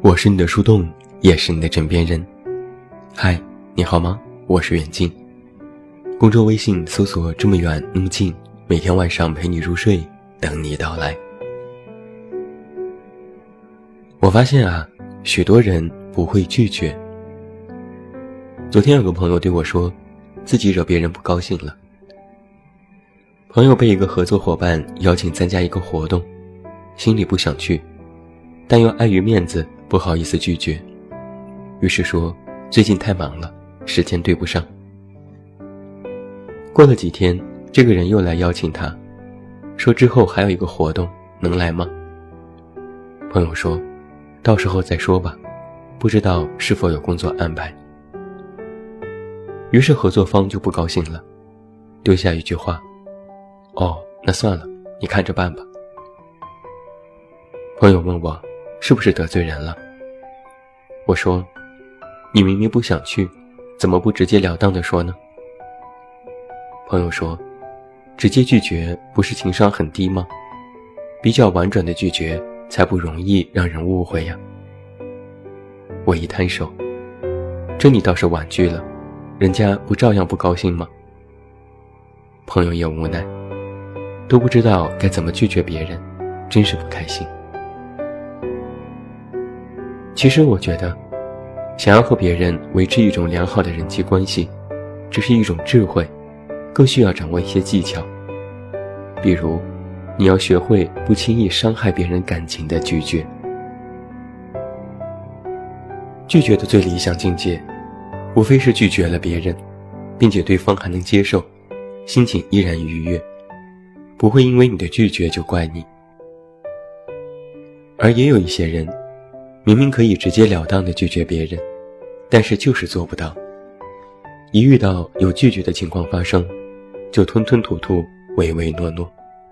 我是你的树洞，也是你的枕边人。嗨，你好吗？我是远近。公众微信搜索这么远那么近，每天晚上陪你入睡，等你到来。我发现许多人不会拒绝。昨天有个朋友对我说，自己惹别人不高兴了。朋友被一个合作伙伴邀请参加一个活动，心里不想去，但又碍于面子不好意思拒绝，于是说最近太忙了，时间对不上。过了几天，这个人又来邀请他，说之后还有一个活动，能来吗？朋友说到时候再说吧，不知道是否有工作安排。于是合作方就不高兴了，丢下一句话，那算了，你看着办吧。朋友问我是不是得罪人了，我说你明明不想去，怎么不直截了当地说呢？朋友说直接拒绝不是情商很低吗？比较婉转的拒绝才不容易让人误会呀。我一摊手，这你倒是婉拒了，人家不照样不高兴吗？朋友也无奈，都不知道该怎么拒绝别人，真是不开心。其实我觉得，想要和别人维持一种良好的人际关系，这是一种智慧，更需要掌握一些技巧。比如，你要学会不轻易伤害别人感情的拒绝。拒绝的最理想境界，无非是拒绝了别人，并且对方还能接受，心情依然愉悦，不会因为你的拒绝就怪你。而也有一些人，明明可以直截了当地拒绝别人，但是就是做不到。一遇到有拒绝的情况发生，就吞吞吐吐，唯唯诺诺。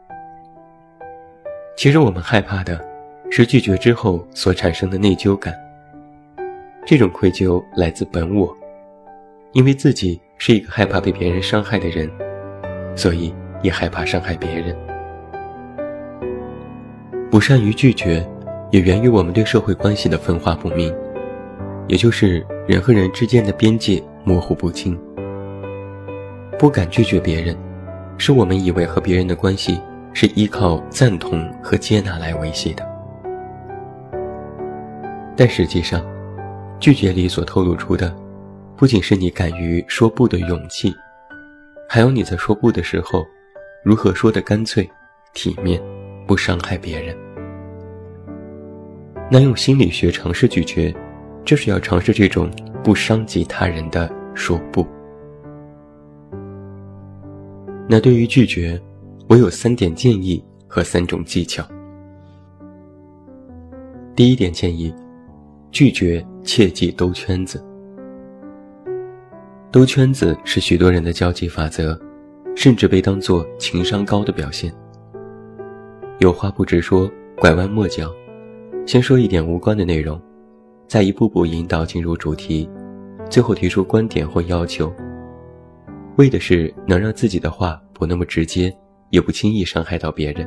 其实我们害怕的是拒绝之后所产生的内疚感。这种愧疚来自本我，因为自己是一个害怕被别人伤害的人，所以也害怕伤害别人。不善于拒绝也源于我们对社会关系的分化不明，也就是人和人之间的边界模糊不清。不敢拒绝别人，是我们以为和别人的关系是依靠赞同和接纳来维系的。但实际上，拒绝里所透露出的，不仅是你敢于说不的勇气，还有你在说不的时候，如何说得干脆、体面，不伤害别人。那用心理学尝试拒绝，就是要尝试这种不伤及他人的说不。那对于拒绝，我有3点建议和3种技巧。第一点建议，拒绝切忌兜圈子。兜圈子是许多人的交际法则，甚至被当作情商高的表现。有话不直说，拐弯抹角，先说一点无关的内容，再一步步引导进入主题，最后提出观点或要求，为的是能让自己的话不那么直接，也不轻易伤害到别人。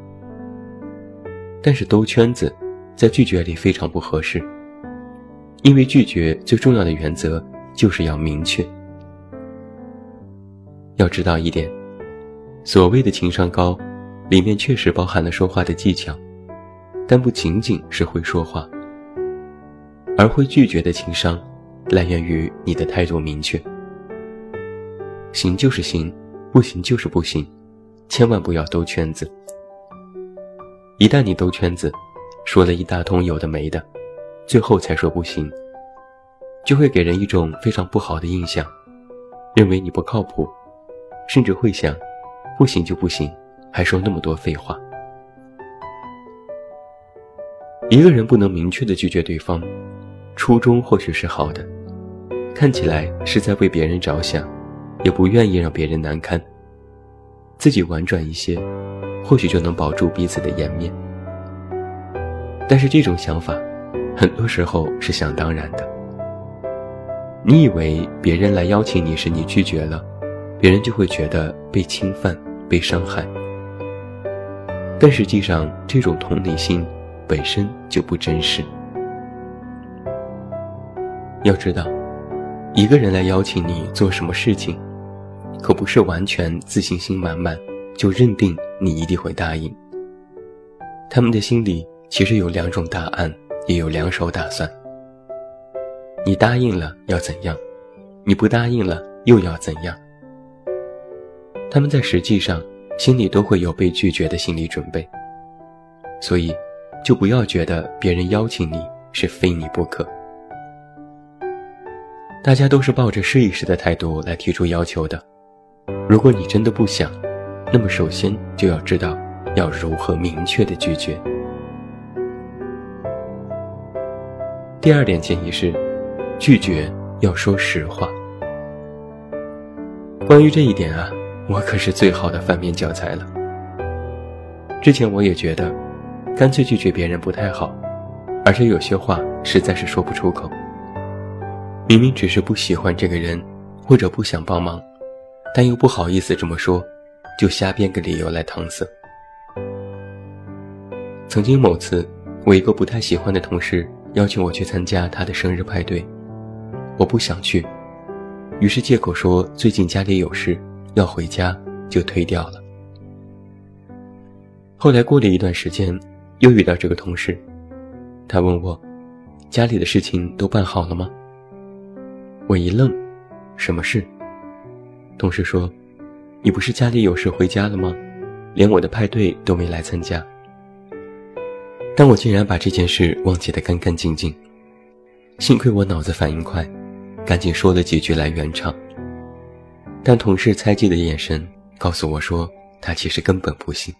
但是兜圈子在拒绝里非常不合适，因为拒绝最重要的原则就是要明确。要知道一点，所谓的情商高，里面确实包含了说话的技巧，但不仅仅是会说话，而会拒绝的情商来源于你的态度明确。行就是行，不行就是不行，千万不要兜圈子。一旦你兜圈子，说了一大通有的没的，最后才说不行，就会给人一种非常不好的印象，认为你不靠谱，甚至会想不行就不行，还说那么多废话。一个人不能明确地拒绝对方，初衷或许是好的，看起来是在为别人着想，也不愿意让别人难堪，自己婉转一些，或许就能保住彼此的颜面。但是这种想法很多时候是想当然的。你以为别人来邀请你时你拒绝了，别人就会觉得被侵犯、被伤害，但实际上这种同理心本身就不真实。 要知道，一个人来邀请你做什么事情，可不是完全自信心满满就认定你一定会答应。他们的心里其实有2种答案，也有2手打算。你答应了要怎样，你不答应了又要怎样。他们在实际上心里都会有被拒绝的心理准备，所以就不要觉得别人邀请你是非你不可。大家都是抱着试一试的态度来提出要求的，如果你真的不想，那么首先就要知道要如何明确的拒绝。第2点建议是，拒绝要说实话。关于这一点啊，我可是最好的反面教材了。之前我也觉得干脆拒绝别人不太好，而且有些话实在是说不出口。明明只是不喜欢这个人，或者不想帮忙，但又不好意思这么说，就瞎编个理由来搪塞。曾经某次，我一个不太喜欢的同事邀请我去参加他的生日派对，我不想去，于是借口说最近家里有事要回家，就推掉了。后来过了一段时间，又遇到这个同事，他问我家里的事情都办好了吗？我一愣，什么事？同事说，你不是家里有事回家了吗？连我的派对都没来参加。但我竟然把这件事忘记得干干净净，幸亏我脑子反应快，赶紧说了几句来圆场。但同事猜忌的眼神告诉我说，他其实根本不信。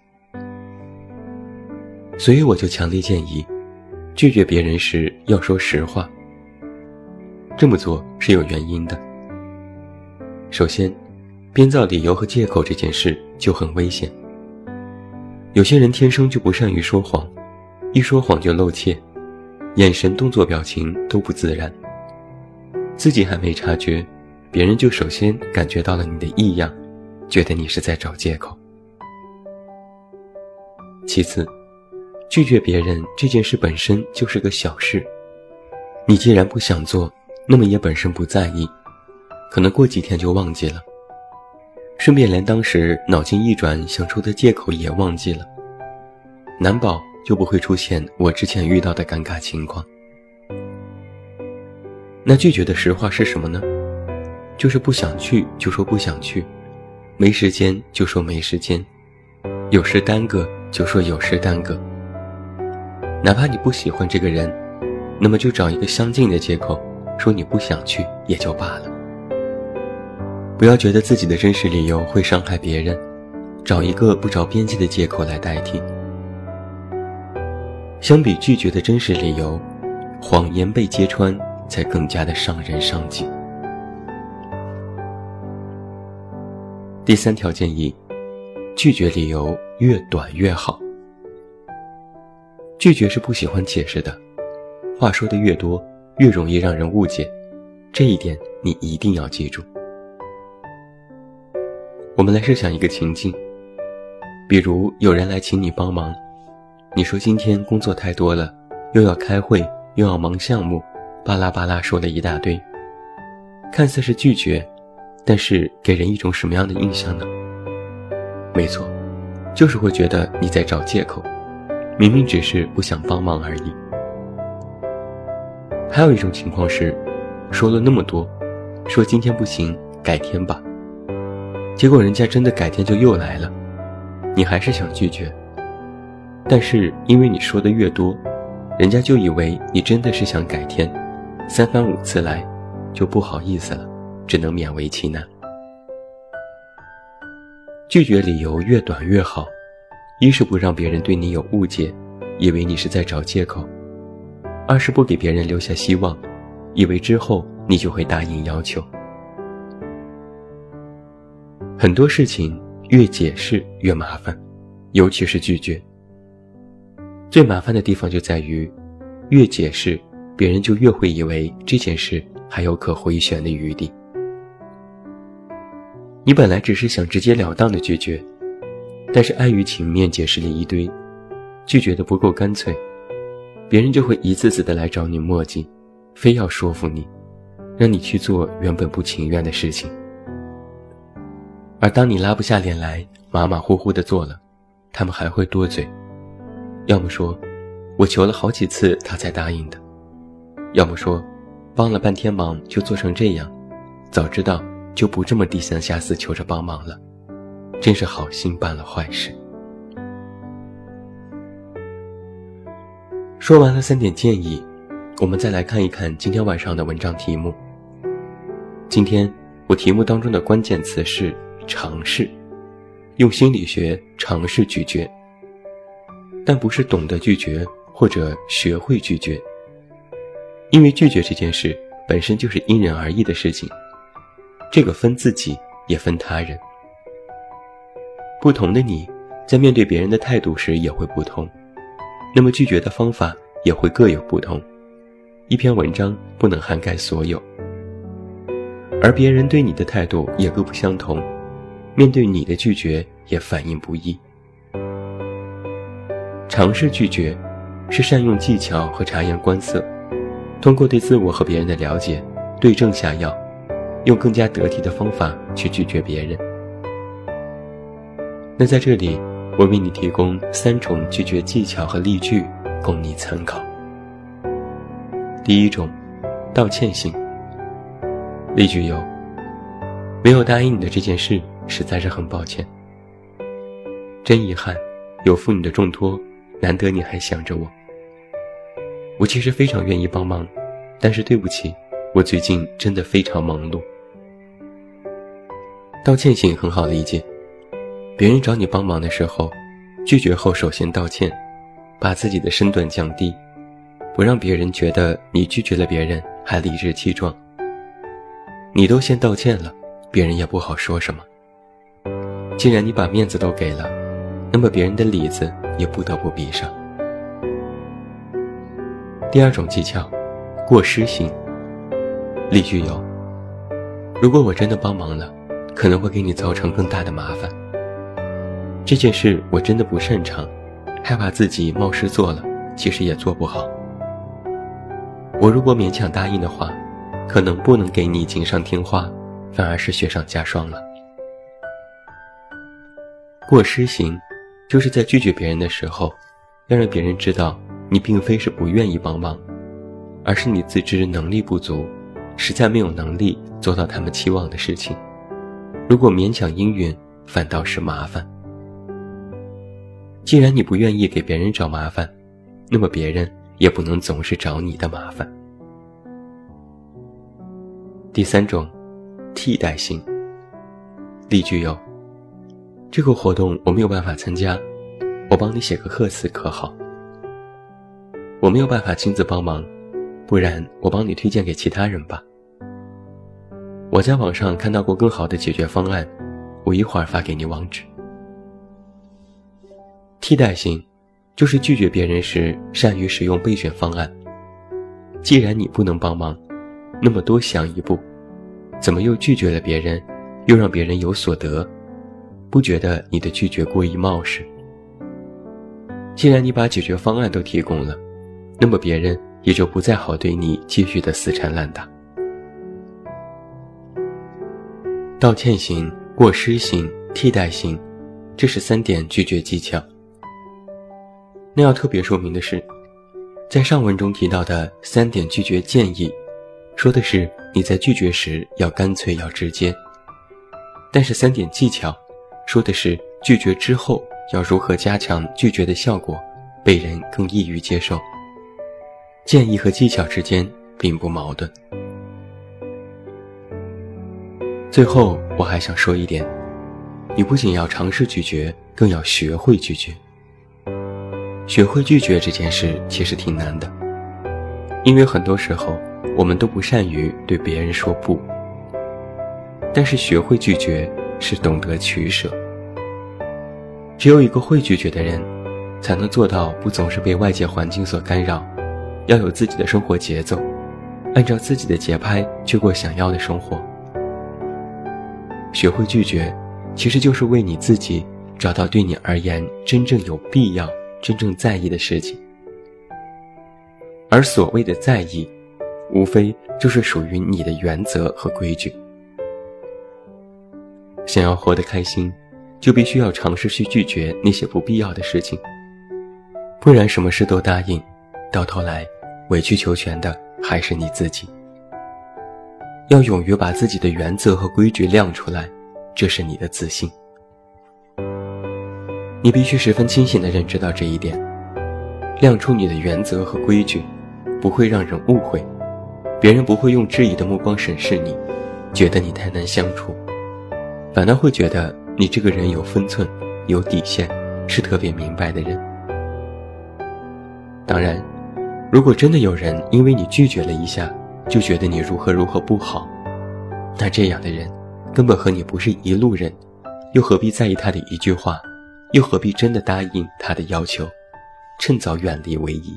所以我就强烈建议，拒绝别人时要说实话。这么做是有原因的。首先，编造理由和借口这件事就很危险。有些人天生就不善于说谎，一说谎就露怯，眼神动作表情都不自然，自己还没察觉，别人就首先感觉到了你的异样，觉得你是在找借口。其次，拒绝别人这件事本身就是个小事，你既然不想做，那么也本身不在意，可能过几天就忘记了，顺便连当时脑筋一转想出的借口也忘记了，难保就不会出现我之前遇到的尴尬情况。那拒绝的实话是什么呢？就是不想去就说不想去，没时间就说没时间，有事耽搁就说有事耽搁。哪怕你不喜欢这个人，那么就找一个相近的借口，说你不想去也就罢了。不要觉得自己的真实理由会伤害别人，找一个不着边际的借口来代替。相比拒绝的真实理由，谎言被揭穿才更加的伤人伤己。第3条建议，拒绝理由越短越好。拒绝是不喜欢解释的，话说的越多，越容易让人误解，这一点你一定要记住。我们来设想一个情境，比如有人来请你帮忙，你说今天工作太多了，又要开会，又要忙项目，巴拉巴拉说了一大堆，看似是拒绝，但是给人一种什么样的印象呢？没错，就是会觉得你在找借口，明明只是不想帮忙而已。还有一种情况是，说了那么多，说今天不行，改天吧，结果人家真的改天就又来了，你还是想拒绝，但是因为你说的越多，人家就以为你真的是想改天，3番5次来，就不好意思了，只能勉为其难。拒绝理由越短越好，一是不让别人对你有误解，以为你是在找借口；二是不给别人留下希望，以为之后你就会答应要求。很多事情越解释越麻烦，尤其是拒绝。最麻烦的地方就在于，越解释，别人就越会以为这件事还有可回旋的余地。你本来只是想直截了当的拒绝，但是碍于情面解释了一堆，拒绝的不够干脆，别人就会一次次的来找你磨叽，非要说服你， 让你去做原本不情愿的事情。而当你拉不下脸来，马马虎虎地做了，他们还会多嘴，要么说我求了好几次他才答应的，要么说帮了半天忙就做成这样，早知道就不这么低三下四求着帮忙了，真是好心办了坏事。说完了3点建议，我们再来看一看今天晚上的文章题目。今天我题目当中的关键词是尝试，用心理学尝试拒绝，但不是懂得拒绝或者学会拒绝，因为拒绝这件事本身就是因人而异的事情，这个分自己也分他人。不同的你在面对别人的态度时也会不同，那么拒绝的方法也会各有不同，一篇文章不能涵盖所有。而别人对你的态度也各不相同，面对你的拒绝也反应不一。尝试拒绝是善用技巧和察言观色，通过对自我和别人的了解对症下药，用更加得体的方法去拒绝别人。那在这里我为你提供3种拒绝技巧和例句供你参考。第一种，道歉型。例句有：没有答应你的这件事实在是很抱歉，真遗憾，有负你的重托，难得你还想着我。我其实非常愿意帮忙，但是对不起，我最近真的非常忙碌。道歉型很好理解，别人找你帮忙的时候，拒绝后首先道歉，把自己的身段降低，不让别人觉得你拒绝了别人还理直气壮。你都先道歉了，别人也不好说什么。既然你把面子都给了，那么别人的里子也不得不闭上。第二种技巧，过失型。例句有：如果我真的帮忙了，可能会给你造成更大的麻烦。这件事我真的不擅长，害怕自己冒失做了，其实也做不好。我如果勉强答应的话，可能不能给你锦上添花，反而是雪上加霜了。过失型就是在拒绝别人的时候，要让别人知道你并非是不愿意帮忙，而是你自知能力不足，实在没有能力做到他们期望的事情。如果勉强应允，反倒是麻烦。既然你不愿意给别人找麻烦，那么别人也不能总是找你的麻烦。第3种，替代性。例句有：这个活动我没有办法参加，我帮你写个贺词可好？我没有办法亲自帮忙，不然我帮你推荐给其他人吧。我在网上看到过更好的解决方案，我一会儿发给你网址。替代性就是拒绝别人时善于使用备选方案。既然你不能帮忙，那么多想一步，怎么又拒绝了别人，又让别人有所得，不觉得你的拒绝过于冒失？既然你把解决方案都提供了，那么别人也就不再好对你继续的死缠烂打。道歉型、过失型、替代型，这是3点拒绝技巧。那要特别说明的是，在上文中提到的3点拒绝建议，说的是你在拒绝时要干脆要直接，但是3点技巧说的是拒绝之后要如何加强拒绝的效果，被人更易于接受。建议和技巧之间并不矛盾。最后我还想说一点，你不仅要尝试拒绝，更要学会拒绝。学会拒绝这件事其实挺难的，因为很多时候我们都不善于对别人说不。但是学会拒绝是懂得取舍。只有一个会拒绝的人，才能做到不总是被外界环境所干扰，要有自己的生活节奏，按照自己的节拍去过想要的生活。学会拒绝，其实就是为你自己找到对你而言真正有必要、真正在意的事情。而所谓的在意， 无非就是属于你的原则和规矩。想要活得开心，就必须要尝试去拒绝那些不必要的事情，不然什么事都答应，到头来委曲求全的还是你自己。要勇于把自己的原则和规矩亮出来，这是你的自信。你必须十分清醒地认知到这一点，亮出你的原则和规矩，不会让人误会，别人不会用质疑的目光审视你，觉得你太难相处，反倒会觉得你这个人有分寸，有底线，是特别明白的人。当然，如果真的有人因为你拒绝了一下，就觉得你如何如何不好，那这样的人根本和你不是一路人，又何必在意他的一句话，又何必真的答应他的要求，趁早远离为宜。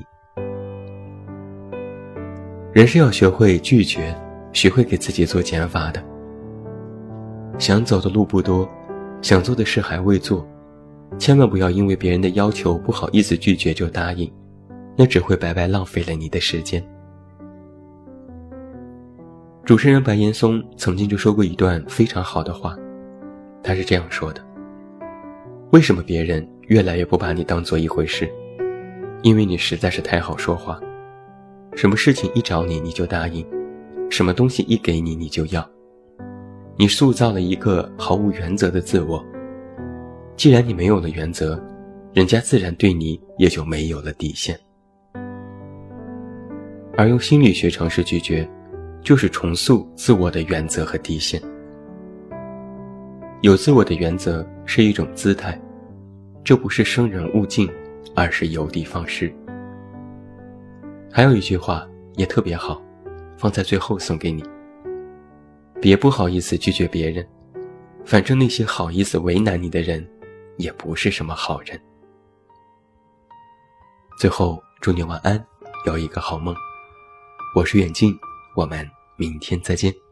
人是要学会拒绝，学会给自己做减法的。想走的路不多，想做的事还未做，千万不要因为别人的要求不好意思拒绝就答应，那只会白白浪费了你的时间。主持人白岩松曾经就说过一段非常好的话，他是这样说的：为什么别人越来越不把你当做一回事？因为你实在是太好说话，什么事情一找你就答应，什么东西一给你就要。你塑造了一个毫无原则的自我，既然你没有了原则，人家自然对你也就没有了底线。而用心理学尝试拒绝，就是重塑自我的原则和底线。有自我的原则是一种姿态，这不是生人勿近，而是有的放矢。还有一句话也特别好，放在最后送给你：别不好意思拒绝别人，反正那些好意思为难你的人也不是什么好人。最后祝你晚安，有一个好梦。我是远近，我们明天再见。